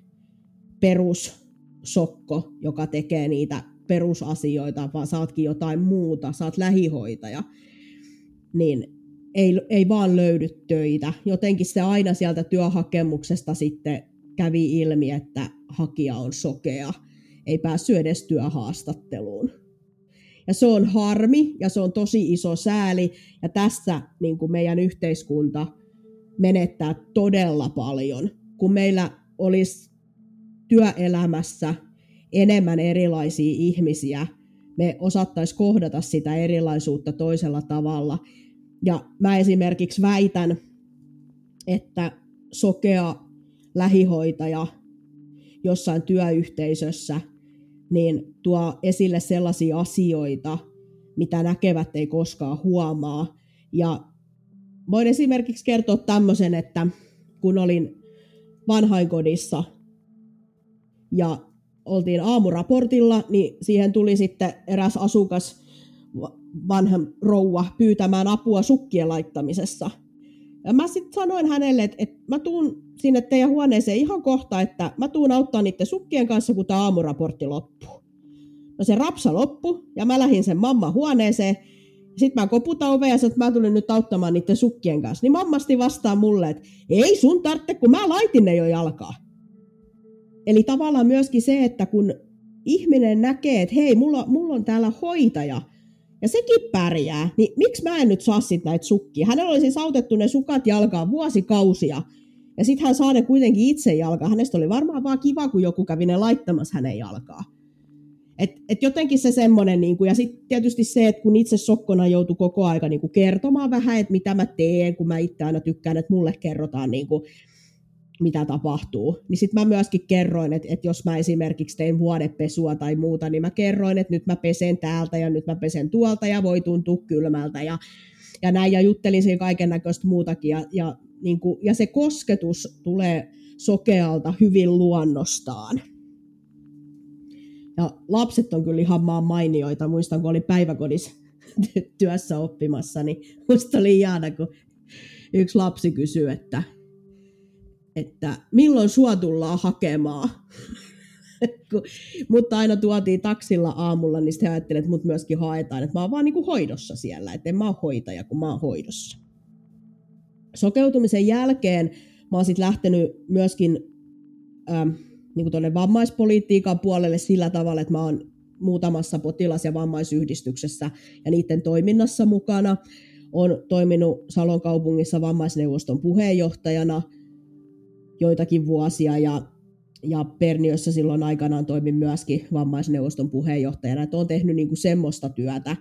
Speaker 3: perussokko, joka tekee niitä perusasioita, vaan sä ootkin jotain muuta, sä oot lähihoitaja, niin ei vaan löydy töitä. Jotenkin se aina sieltä työhakemuksesta sitten kävi ilmi, että hakija on sokea, ei päässyt edes työhaastatteluun. Ja se on harmi ja se on tosi iso sääli ja tässä niin kuin meidän yhteiskunta menettää todella paljon, kun meillä olisi työelämässä enemmän erilaisia ihmisiä, me osattaisiin kohdata sitä erilaisuutta toisella tavalla. Ja mä esimerkiksi väitän, että sokea lähihoitaja jossain työyhteisössä niin tuo esille sellaisia asioita, mitä näkevät ei koskaan huomaa. Ja voin esimerkiksi kertoa tämmöisen, että kun olin vanhainkodissa ja oltiin aamuraportilla, niin siihen tuli sitten eräs asukas, vanha rouva, pyytämään apua sukkien laittamisessa. Ja mä sitten sanoin hänelle, että mä tuun sinne teidän huoneeseen ihan kohta, että mä tuun auttaa niiden sukkien kanssa, kun tämä aamuraportti loppuu. No se rapsa loppui ja mä lähdin sen mamman huoneeseen. Sitten mä koputan oveen ja sanoin, että mä tulin nyt auttamaan niiden sukkien kanssa. Niin mammasti vastaa mulle, että ei sun tarvitse, kun mä laitin ne jo jalkaa. Eli tavallaan myöskin se, että kun ihminen näkee, että hei, mulla on täällä hoitaja, ja sekin pärjää, niin miksi mä en nyt saa sit näitä sukkia? Hänellä oli siis autettu ne sukat jalkaan vuosikausia, ja sitten hän saa ne kuitenkin itse jalkaan. Hänestä oli varmaan vaan kiva, kun joku kävi ne laittamassa hänen jalkaan. Et jotenkin se semmoinen, niin ja sitten tietysti se, että kun itse sokkona joutui koko aika niin kertomaan vähän, että mitä mä teen, kun mä itse aina tykkään, että mulle kerrotaan, niin kuin, mitä tapahtuu. Niin sitten mä myöskin kerroin, että jos mä esimerkiksi tein vuodepesua tai muuta, niin mä kerroin, että nyt mä pesen täältä ja nyt mä pesen tuolta ja voi tuntua kylmältä ja näin. Ja juttelin siinä kaiken näköistä muutakin. Ja se kosketus tulee sokealta hyvin luonnostaan. Ja lapset on kyllä ihan maan mainioita. Muistan, kun olin päiväkodissa työssä oppimassa, niin musta oli ihana, kun yksi lapsi kysyi, että milloin sua tullaan hakemaan. Mutta aina tuotiin taksilla aamulla, niin sitten he ajattelivat, että mut myöskin haetaan. Että mä oon vaan niin kuin hoidossa siellä, että en mä ole hoitaja, kun mä oon hoidossa. Sokeutumisen jälkeen mä oon sitten lähtenyt myöskin niin kuin tuonne vammaispolitiikan puolelle sillä tavalla, että mä oon muutamassa potilas- ja vammaisyhdistyksessä ja niiden toiminnassa mukana. Olen toiminut Salon kaupungissa vammaisneuvoston puheenjohtajana joitakin vuosia ja Perniössä silloin aikanaan toimin myöskin vammaisneuvoston puheenjohtajana. Olen tehnyt niin kuin semmoista työtä.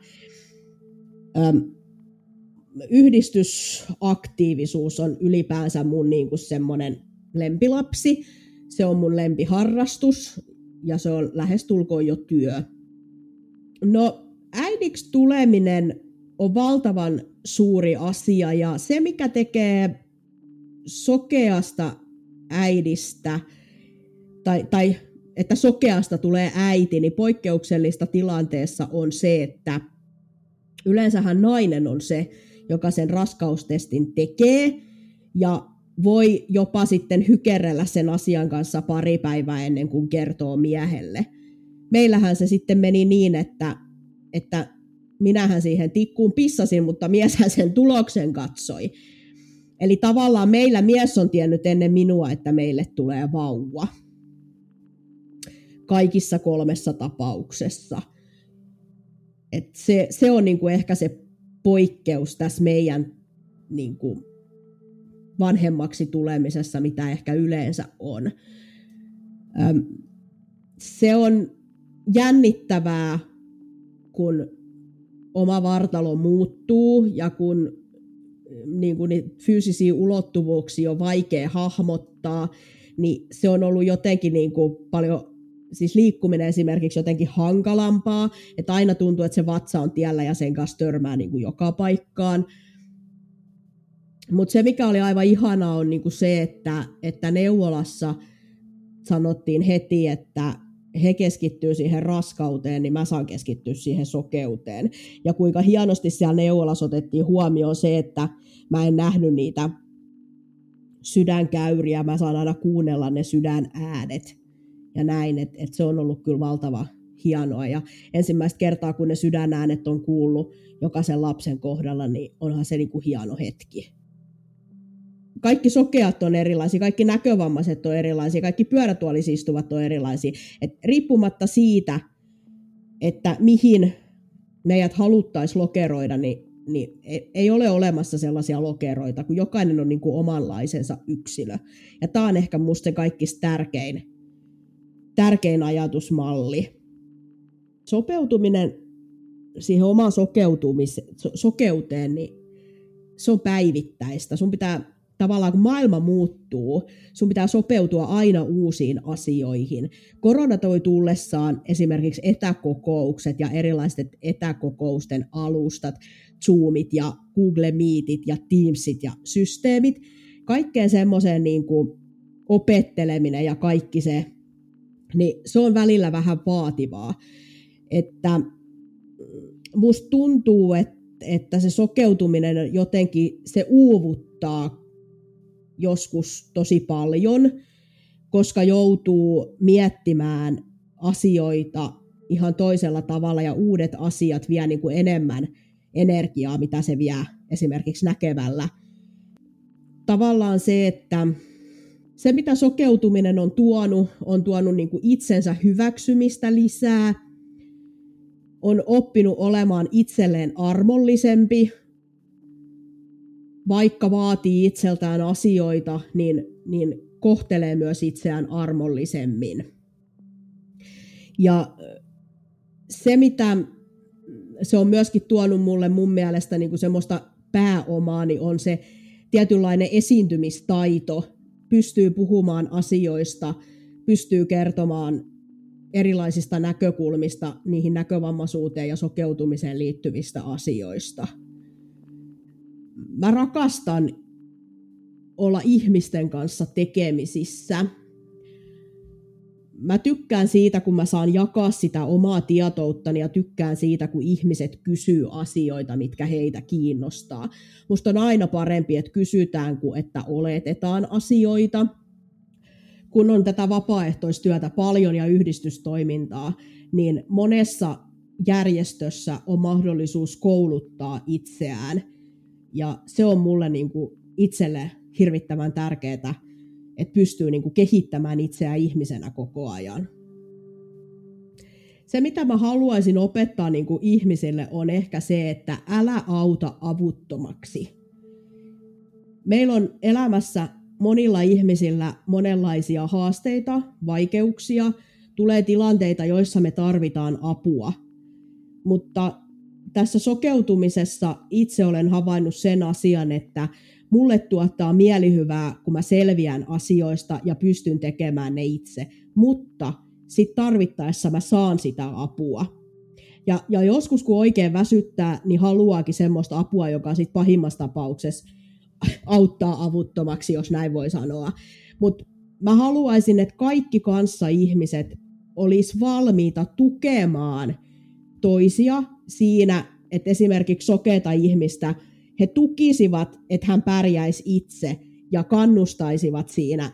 Speaker 3: Yhdistysaktiivisuus on ylipäänsä mun niin kuin semmoinen lempilapsi. Se on mun lempiharrastus ja se on lähestulkoon jo työ. No, äidiksi tuleminen on valtavan suuri asia ja se, mikä tekee sokeasta äidistä tai että sokeasta tulee äiti, niin poikkeuksellista tilanteessa on se, että yleensähän nainen on se, joka sen raskaustestin tekee ja voi jopa sitten hykerrellä sen asian kanssa pari päivää ennen kuin kertoo miehelle. Meillähän se sitten meni niin, että minähän siihen tikkuun pissasin, mutta mieshän sen tuloksen katsoi. Eli tavallaan meillä mies on tiennyt ennen minua, että meille tulee vauva. Kaikissa 3 tapauksessa. Et se on niinku ehkä se poikkeus tässä meidän niinku vanhemmaksi tulemisessa, mitä ehkä yleensä on. Se on jännittävää, kun oma vartalo muuttuu ja kun niin fyysisiä ulottuvuuksia on vaikea hahmottaa, niin se on ollut jotenkin niin kuin paljon, siis liikkuminen esimerkiksi jotenkin hankalampaa, että aina tuntuu, että se vatsa on tiellä ja sen kanssa törmää niin kuin joka paikkaan. Mutta se, mikä oli aivan ihanaa, on niinku se, että neuvolassa sanottiin heti, että he keskittyy siihen raskauteen, niin mä saan keskittyä siihen sokeuteen. Ja kuinka hienosti siellä neuvolassa otettiin huomioon se, että mä en nähnyt niitä sydänkäyriä, mä saan aina kuunnella ne sydänäänet ja näin, että se on ollut kyllä valtava hienoa. Ja ensimmäistä kertaa, kun ne sydänäänet on kuullut jokaisen lapsen kohdalla, niin onhan se niinku hieno hetki. Kaikki sokeat on erilaisia, kaikki näkövammaiset on erilaisia, kaikki pyörätuolissa istuvat on erilaisia. Et riippumatta siitä, että mihin meidät haluttaisiin lokeroida, niin ei ole olemassa sellaisia lokeroita, kun jokainen on niin kuin omanlaisensa yksilö. Ja tämä on ehkä musta se kaikista tärkein ajatusmalli. Sopeutuminen siihen omaan sokeuteen, niin se on päivittäistä. Sun pitää tavallaan, kun maailma muuttuu, sun pitää sopeutua aina uusiin asioihin. Korona toi tullessaan esimerkiksi etäkokoukset ja erilaiset etäkokousten alustat, Zoomit ja Google Meetit ja Teamsit ja systeemit. Kaikkeen semmoiseen niin kuin opetteleminen ja kaikki se, niin se on välillä vähän vaativaa. Että musta tuntuu, että se sokeutuminen jotenkin, se uuvuttaa joskus tosi paljon, koska joutuu miettimään asioita ihan toisella tavalla ja uudet asiat vie niin kuin enemmän energiaa, mitä se vie esimerkiksi näkevällä. Tavallaan se, että se mitä sokeutuminen on tuonut niin kuin itsensä hyväksymistä lisää, on oppinut olemaan itselleen armollisempi, vaikka vaatii itseltään asioita, niin kohtelee myös itseään armollisemmin. Ja se, mitä se on myöskin tuonut mulle mun mielestä niin kuin semmoista pääomaa, niin on se tietynlainen esiintymistaito. Pystyy puhumaan asioista, pystyy kertomaan erilaisista näkökulmista niihin näkövammaisuuteen ja sokeutumiseen liittyvistä asioista. Mä rakastan olla ihmisten kanssa tekemisissä. Mä tykkään siitä, kun mä saan jakaa sitä omaa tietouttani ja tykkään siitä, kun ihmiset kysyy asioita, mitkä heitä kiinnostaa. Musta on aina parempi, että kysytään kuin että oletetaan asioita. Kun on tätä vapaaehtoistyötä paljon ja yhdistystoimintaa, niin monessa järjestössä on mahdollisuus kouluttaa itseään. Ja se on mulle niin kuin itselle hirvittävän tärkeää, että pystyy niin kuin kehittämään itseään ihmisenä koko ajan. Se, mitä mä haluaisin opettaa niin kuin ihmisille, on ehkä se, että älä auta avuttomaksi. Meillä on elämässä monilla ihmisillä monenlaisia haasteita, vaikeuksia, tulee tilanteita, joissa me tarvitaan apua. Mutta tässä sokeutumisessa itse olen havainnut sen asian, että mulle tuottaa mielihyvää, kun mä selviän asioista ja pystyn tekemään ne itse. Mutta sitten tarvittaessa mä saan sitä apua. Ja joskus kun oikein väsyttää, niin haluaakin semmoista apua, joka sitten pahimmassa tapauksessa auttaa avuttomaksi, jos näin voi sanoa. Mutta mä haluaisin, että kaikki kanssaihmiset olisi valmiita tukemaan toisia siinä, että esimerkiksi sokeata ihmistä he tukisivat, että hän pärjäisi itse ja kannustaisivat siinä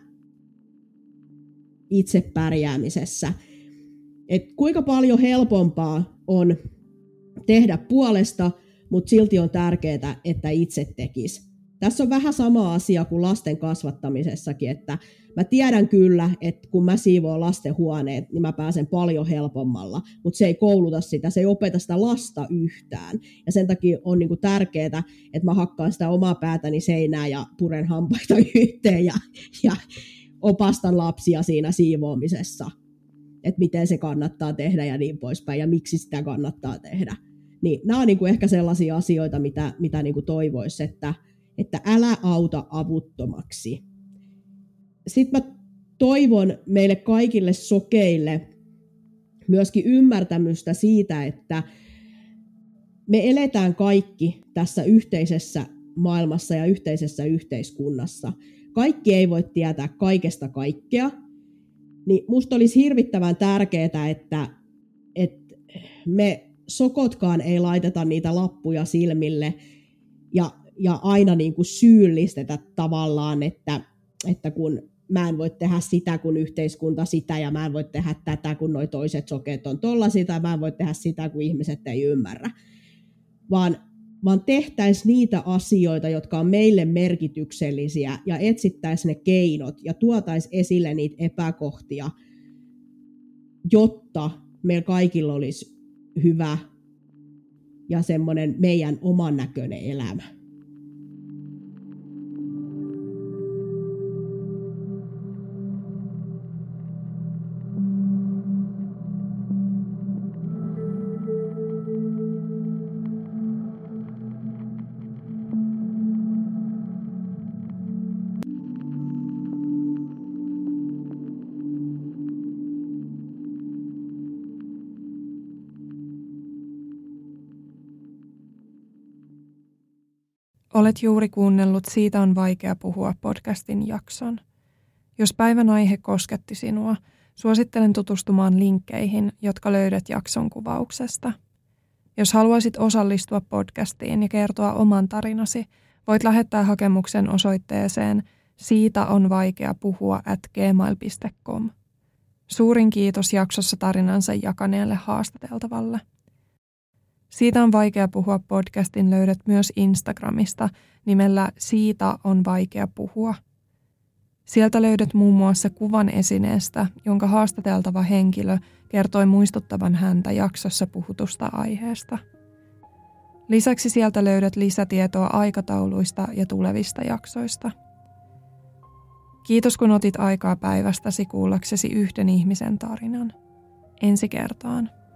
Speaker 3: itse pärjäämisessä. Et kuinka paljon helpompaa on tehdä puolesta, mutta silti on tärkeää, että itse tekisi. Tässä on vähän sama asia kuin lasten kasvattamisessakin, että mä tiedän kyllä, että kun mä siivoan lastenhuoneet, niin mä pääsen paljon helpommalla, mutta se ei kouluta sitä, se ei opeta sitä lasta yhtään. Ja sen takia on niinku tärkeää, että mä hakkaan sitä omaa päätäni seinään ja puren hampaita yhteen ja opastan lapsia siinä siivoamisessa, että miten se kannattaa tehdä ja niin poispäin ja miksi sitä kannattaa tehdä. Niin nämä on niinku ehkä sellaisia asioita, mitä niinku toivoisi, että älä auta avuttomaksi. Sitten mä toivon meille kaikille sokeille myöskin ymmärtämystä siitä, että me eletään kaikki tässä yhteisessä maailmassa ja yhteisessä yhteiskunnassa. Kaikki ei voi tietää kaikesta kaikkea. Niin musta olisi hirvittävän tärkeää, että me sokotkaan ei laiteta niitä lappuja silmille ja aina niin kuin syyllistetä tavallaan, että kun mä en voi tehdä sitä, kun yhteiskunta sitä, ja mä en voi tehdä tätä, kun noi toiset sokeet on tollaisia, tai mä en voi tehdä sitä, kun ihmiset ei ymmärrä. Vaan tehtäisiin niitä asioita, jotka on meille merkityksellisiä, ja etsittäisiin ne keinot, ja tuotaisiin esille niitä epäkohtia, jotta meillä kaikilla olisi hyvä ja semmoinen meidän oman näköinen elämä.
Speaker 2: Olet juuri kuunnellut Siitä on vaikea puhua podcastin jakson. Jos päivän aihe kosketti sinua, suosittelen tutustumaan linkkeihin, jotka löydät jakson kuvauksesta. Jos haluaisit osallistua podcastiin ja kertoa oman tarinasi, voit lähettää hakemuksen osoitteeseen siitäonvaikeapuhua@gmail.com. Suurin kiitos jaksossa tarinansa jakaneelle haastateltavalle. Siitä on vaikea puhua podcastin löydät myös Instagramista nimellä Siitä on vaikea puhua. Sieltä löydät muun muassa kuvan esineestä, jonka haastateltava henkilö kertoi muistuttavan häntä jaksossa puhutusta aiheesta. Lisäksi sieltä löydät lisätietoa aikatauluista ja tulevista jaksoista. Kiitos kun otit aikaa päivästäsi kuullaksesi yhden ihmisen tarinan. Ensi kertaan.